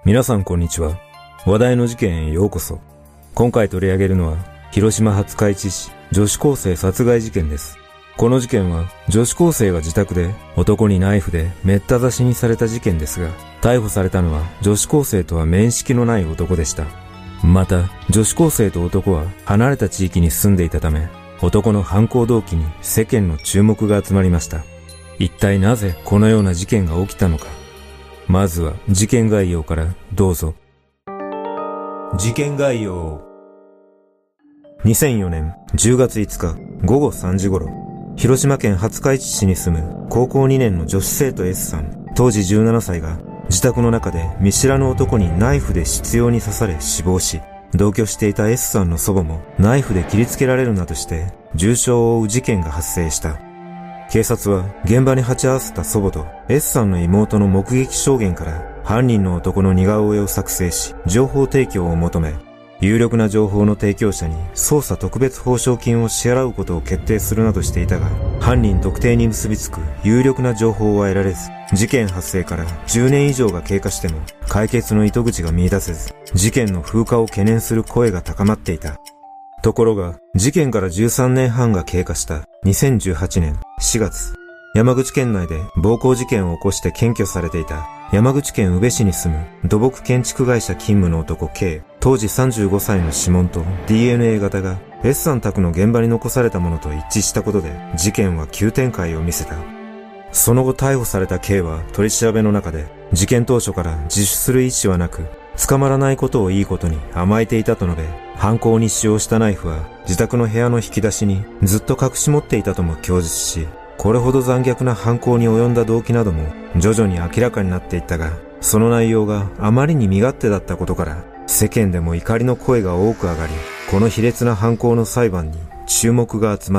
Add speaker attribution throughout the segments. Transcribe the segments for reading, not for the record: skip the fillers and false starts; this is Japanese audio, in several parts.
Speaker 1: 皆さんこんにちは。話題の事件へようこそ。今回取り上げるのは、広島廿日市市女子高生殺害事件です。この事件は、女子高生が自宅で男にナイフでめった刺しにされた事件ですが、逮捕されたのは女子高生とは面識のない男でした。また、女子高生と男は離れた地域に住んでいたため、男の犯行動機に世間の注目が集まりました。一体なぜこのような事件が起きたのか。まずは事件概要からどうぞ。事件概要。2004年10月5日午後3時頃、広島県廿日市市に住む高校2年の女子生徒 S さん、当時17歳が自宅の中で見知らぬ男にナイフで執拗に刺され死亡し、同居していた S さんの祖母もナイフで切りつけられるなどして重傷を負う事件が発生した。警察は現場に鉢合わせた祖母と S さんの妹の目撃証言から犯人の男の似顔絵を作成し情報提供を求め、有力な情報の提供者に捜査特別報奨金を支払うことを決定するなどしていたが、犯人特定に結びつく有力な情報は得られず、事件発生から10年以上が経過しても解決の糸口が見出せず、事件の風化を懸念する声が高まっていた。ところが、事件から13年半が経過した2018年4月、山口県内で暴行事件を起こして検挙されていた山口県宇部市に住む土木建築会社勤務の男 K、当時35歳の指紋と DNA 型が S さん宅の現場に残されたものと一致したことで事件は急展開を見せた。その後逮捕された K は取り調べの中で、事件当初から自首する意思はなく、捕まらないことをいいことに甘えていたと述べ、犯行に使用したナイフは自宅の部屋の引き出しにずっと隠し持っていたとも供述し、これほど残虐な犯行に及んだ動機なども徐々に明らかになっていったが、その内容があまりに身勝手だったことから世間でも怒りの声が多く上がり、この卑劣な犯行の裁判に注目が集まった。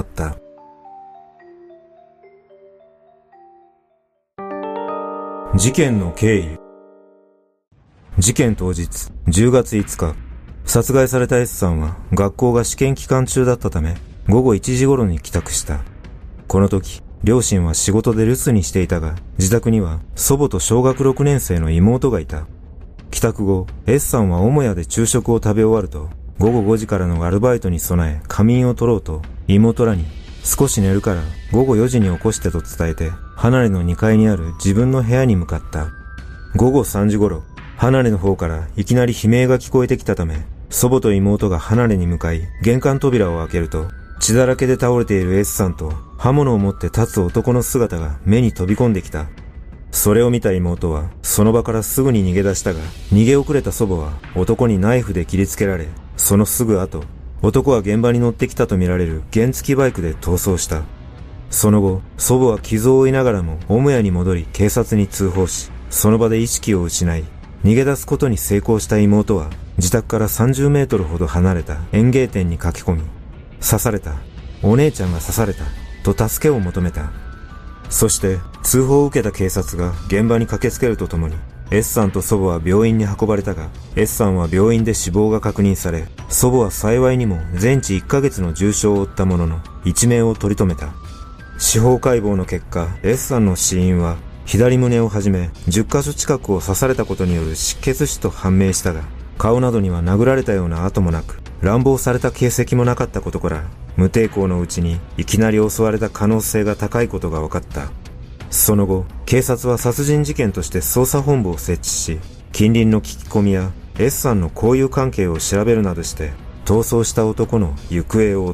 Speaker 1: 事件の経緯。事件当日10月5日、殺害された S さんは学校が試験期間中だったため午後1時頃に帰宅した。この時、両親は仕事で留守にしていたが、自宅には祖母と小学6年生の妹がいた。帰宅後、S さんは母屋で昼食を食べ終わると、午後5時からのアルバイトに備え仮眠を取ろうと妹らに少し寝るから午後4時に起こしてと伝えて、離れの2階にある自分の部屋に向かった。午後3時頃、離れの方からいきなり悲鳴が聞こえてきたため、祖母と妹が離れに向かい玄関扉を開けると、血だらけで倒れている S さんと刃物を持って立つ男の姿が目に飛び込んできた。それを見た妹はその場からすぐに逃げ出したが、逃げ遅れた祖母は男にナイフで切りつけられ、そのすぐ後、男は現場に乗ってきたとみられる原付バイクで逃走した。その後、祖母は傷を負いながらも母屋に戻り警察に通報し、その場で意識を失い、逃げ出すことに成功した妹は自宅から30メートルほど離れた園芸店に駆け込み、刺された、お姉ちゃんが刺されたと助けを求めた。そして通報を受けた警察が現場に駆けつけるとともに、 S さんと祖母は病院に運ばれたが、 S さんは病院で死亡が確認され、祖母は幸いにも全治1ヶ月の重傷を負ったものの一命を取り留めた。司法解剖の結果、 S さんの死因は左胸をはじめ10カ所近くを刺されたことによる失血死と判明したが、顔などには殴られたような跡もなく、乱暴された形跡もなかったことから、無抵抗のうちにいきなり襲われた可能性が高いことが分かった。その後、警察は殺人事件として捜査本部を設置し、近隣の聞き込みや S さんの交友関係を調べるなどして逃走した男の行方を追った。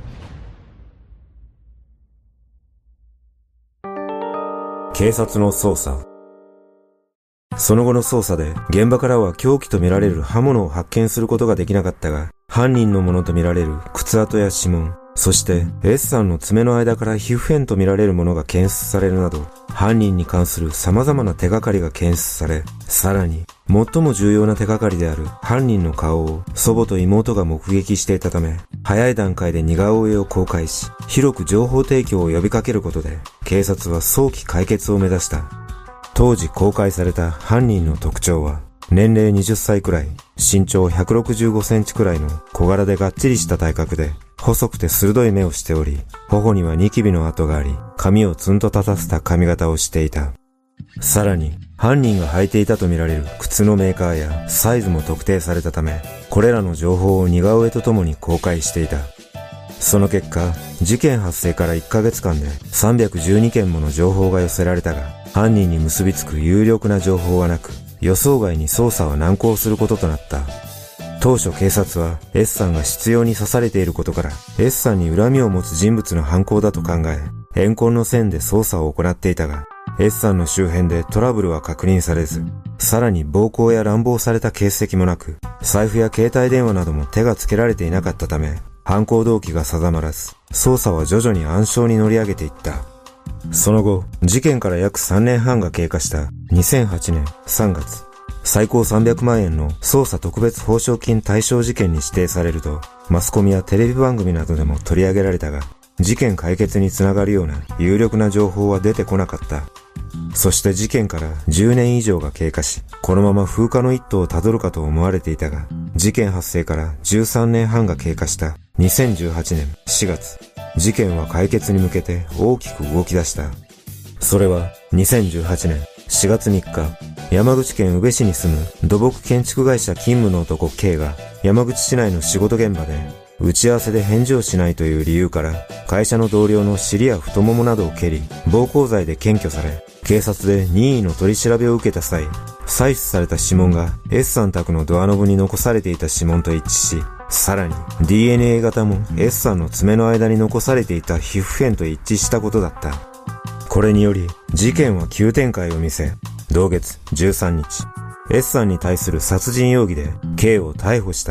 Speaker 1: 警察の捜査。その後の捜査で、現場からは凶器とみられる刃物を発見することができなかったが、犯人のものとみられる靴跡や指紋、そして S さんの爪の間から皮膚片とみられるものが検出されるなど、犯人に関する様々な手がかりが検出され、さらに最も重要な手がかりである犯人の顔を祖母と妹が目撃していたため、早い段階で似顔絵を公開し、広く情報提供を呼びかけることで、警察は早期解決を目指した。当時公開された犯人の特徴は、年齢20歳くらい、身長165センチくらいの小柄でがっちりした体格で、細くて鋭い目をしており、頬にはニキビの跡があり、髪をツンと立たせた髪型をしていた。さらに、 犯人が履いていたとみられる靴のメーカーやサイズも特定されたため、これらの情報を似顔絵とともに公開していた。その結果、事件発生から1ヶ月間で312件もの情報が寄せられたが、犯人に結びつく有力な情報はなく、予想外に捜査は難航することとなった。当初警察は S さんが執拗に刺されていることから S さんに恨みを持つ人物の犯行だと考え、怨恨の線で捜査を行っていたが、S さんの周辺でトラブルは確認されず、さらに暴行や乱暴された形跡もなく、財布や携帯電話なども手がつけられていなかったため、犯行動機が定まらず、捜査は徐々に暗礁に乗り上げていった。その後、事件から約3年半が経過した2008年3月、最高300万円の捜査特別報奨金対象事件に指定されると、マスコミやテレビ番組などでも取り上げられたが、事件解決につながるような有力な情報は出てこなかった。そして事件から10年以上が経過し、このまま風化の一途をたどるかと思われていたが、事件発生から13年半が経過した2018年4月、事件は解決に向けて大きく動き出した。それは2018年4月3日、山口県宇部市に住む土木建築会社勤務の男 K が山口市内の仕事現場で打ち合わせで返事をしないという理由から会社の同僚の尻や太ももなどを蹴り暴行罪で検挙され、警察で任意の取り調べを受けた際、採取された指紋が S さん宅のドアノブに残されていた指紋と一致し、さらに DNA 型も S さんの爪の間に残されていた皮膚片と一致したことだった。これにより事件は急展開を見せ、同月13日、S さんに対する殺人容疑で K を逮捕した。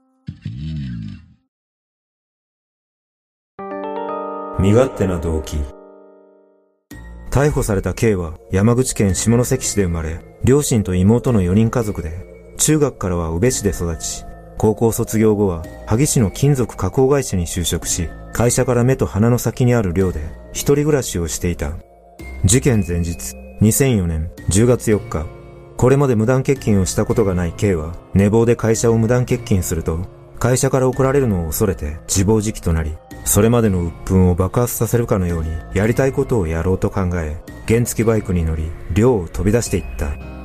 Speaker 1: 身勝手な動機。逮捕された K は山口県下関市で生まれ、両親と妹の4人家族で、中学からは宇部市で育ち、高校卒業後は萩市の金属加工会社に就職し、会社から目と鼻の先にある寮で一人暮らしをしていた。事件前日、2004年10月4日、これまで無断欠勤をしたことがない K は寝坊で会社を無断欠勤すると、会社から怒られるのを恐れて自暴自棄となり、それまでの鬱憤を爆発させるかのようにやりたいことをやろうと考え、原付バイクに乗り寮を飛び出していった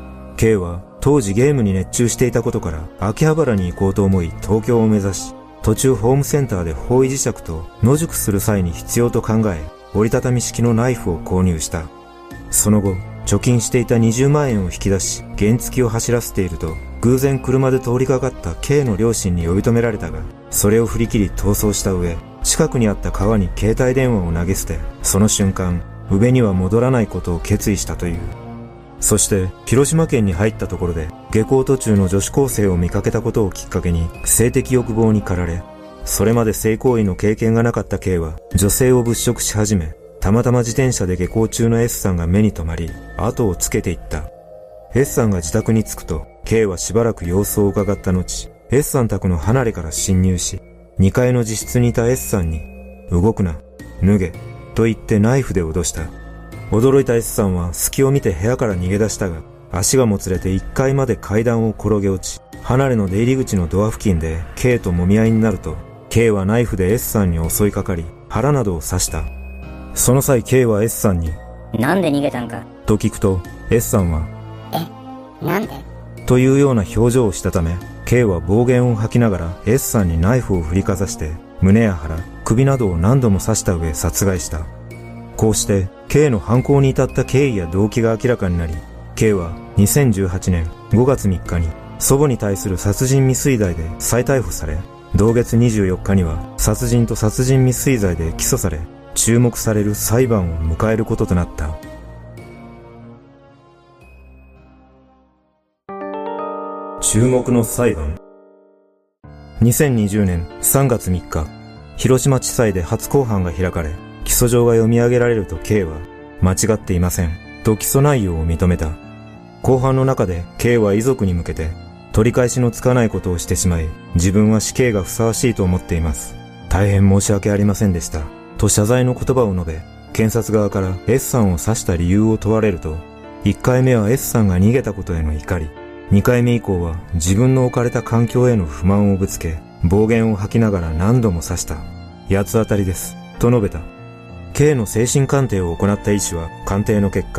Speaker 1: 。K は当時ゲームに熱中していたことから秋葉原に行こうと思い東京を目指し、途中ホームセンターで方位磁石と野宿する際に必要と考え、折りたたみ式のナイフを購入した。その後、貯金していた20万円を引き出し、原付を走らせていると、偶然車で通りかかった K の両親に呼び止められたが、それを振り切り逃走した上、近くにあった川に携帯電話を投げ捨て、その瞬間、宇部には戻らないことを決意したという。そして、広島県に入ったところで、下校途中の女子高生を見かけたことをきっかけに、性的欲望に駆られ、それまで性行為の経験がなかった K は、女性を物色し始め、たまたま自転車で下校中の S さんが目に留まり、後をつけていった。S さんが自宅に着くと、K はしばらく様子を伺った後、S さん宅の離れから侵入し、2階の自室にいた S さんに、動くな、脱げ、と言ってナイフで脅した。驚いた S さんは隙を見て部屋から逃げ出したが、足がもつれて1階まで階段を転げ落ち、離れの出入り口のドア付近で K と揉み合いになると、K はナイフで S さんに襲いかかり、腹などを刺した。その際 K は S さんに、
Speaker 2: なんで逃げたんか
Speaker 1: と聞くと、S さんは、
Speaker 2: なんで
Speaker 1: というような表情をしたため、K は暴言を吐きながら S さんにナイフを振りかざして、胸や腹、首などを何度も刺した上殺害した。こうして、K の犯行に至った経緯や動機が明らかになり、K は2018年5月3日に祖母に対する殺人未遂罪で再逮捕され、同月24日には殺人と殺人未遂罪で起訴され、注目される裁判を迎えることとなった。注目の裁判。2020年3月3日、広島地裁で初公判が開かれ、起訴状が読み上げられると K は、間違っていません、と起訴内容を認めた。公判の中で K は遺族に向けて、取り返しのつかないことをしてしまい、自分は死刑がふさわしいと思っています。大変申し訳ありませんでした。と謝罪の言葉を述べ、検察側から S さんを刺した理由を問われると、1回目は S さんが逃げたことへの怒り、2回目以降は自分の置かれた環境への不満をぶつけ、暴言を吐きながら何度も刺した。八つ当たりです。と述べた。K の精神鑑定を行った医師は鑑定の結果、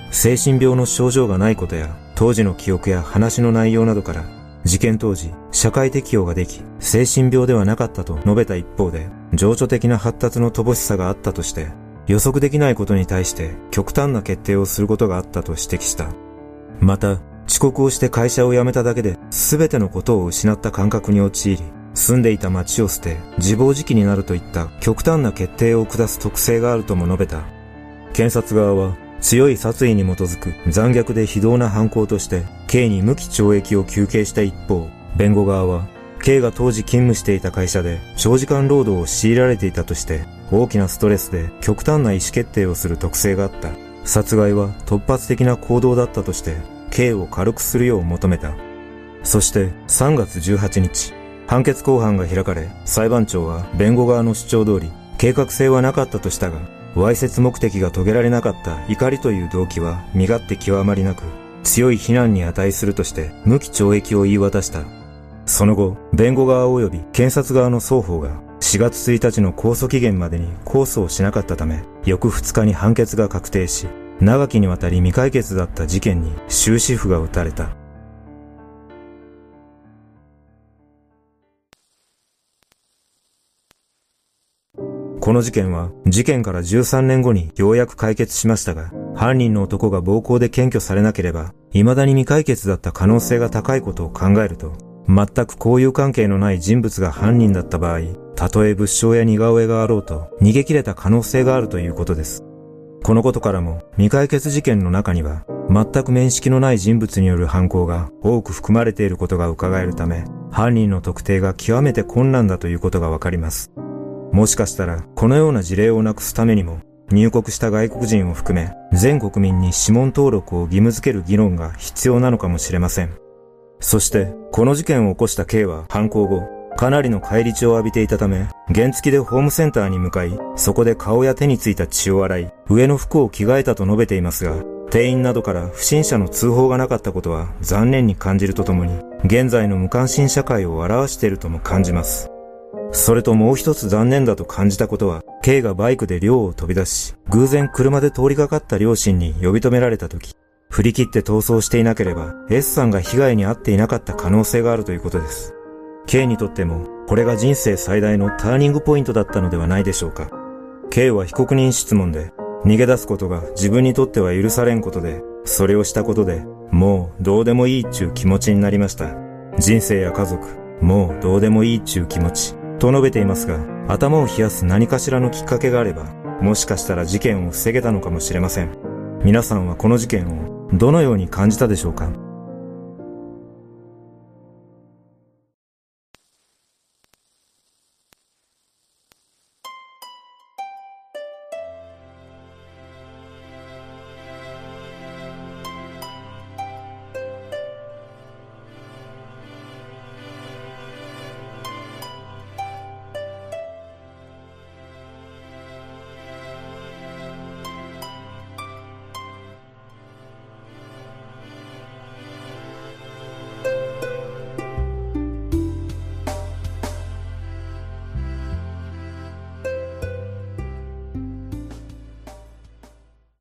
Speaker 1: 精神病の症状がないことや、当時の記憶や話の内容などから、事件当時、社会適応ができ、精神病ではなかったと述べた一方で、情緒的な発達の乏しさがあったとして、予測できないことに対して極端な決定をすることがあったと指摘した。また、遅刻をして会社を辞めただけで全てのことを失った感覚に陥り、住んでいた町を捨て自暴自棄になるといった極端な決定を下す特性があるとも述べた。検察側は強い殺意に基づく残虐で非道な犯行として K に無期懲役を求刑した一方、弁護側は K が当時勤務していた会社で長時間労働を強いられていたとして大きなストレスで極端な意思決定をする特性があった。殺害は突発的な行動だったとしてK を軽くするよう求めた。そして3月18日、判決公判が開かれ、裁判長は弁護側の主張通り、計画性はなかったとしたが、わいせつ目的が遂げられなかった怒りという動機は身勝手極まりなく、強い非難に値するとして無期懲役を言い渡した。その後、弁護側及び検察側の双方が4月1日の控訴期限までに控訴をしなかったため、翌2日に判決が確定し、長きにわたり未解決だった事件に終止符が打たれた。この事件は事件から13年後にようやく解決しましたが、犯人の男が暴行で検挙されなければ、未だに未解決だった可能性が高いことを考えると、全く交友関係のない人物が犯人だった場合、たとえ物証や似顔絵があろうと逃げ切れた可能性があるということです。このことからも未解決事件の中には全く面識のない人物による犯行が多く含まれていることが伺えるため、犯人の特定が極めて困難だということがわかります。もしかしたらこのような事例をなくすためにも入国した外国人を含め全国民に指紋登録を義務付ける議論が必要なのかもしれません。そしてこの事件を起こした K は犯行後かなりの返り血を浴びていたため、原付でホームセンターに向かい、そこで顔や手についた血を洗い、上の服を着替えたと述べていますが、店員などから不審者の通報がなかったことは残念に感じるとともに、現在の無関心社会を表しているとも感じます。それともう一つ残念だと感じたことは、K がバイクで寮を飛び出し、偶然車で通りかかった両親に呼び止められた時、振り切って逃走していなければ S さんが被害に遭っていなかった可能性があるということです。K にとってもこれが人生最大のターニングポイントだったのではないでしょうか。K は被告人質問で逃げ出すことが自分にとっては許されんことで、それをしたことでもうどうでもいいっちゅう気持ちになりました。人生や家族、もうどうでもいいっちゅう気持ちと述べていますが、頭を冷やす何かしらのきっかけがあれば、もしかしたら事件を防げたのかもしれません。皆さんはこの事件をどのように感じたでしょうか。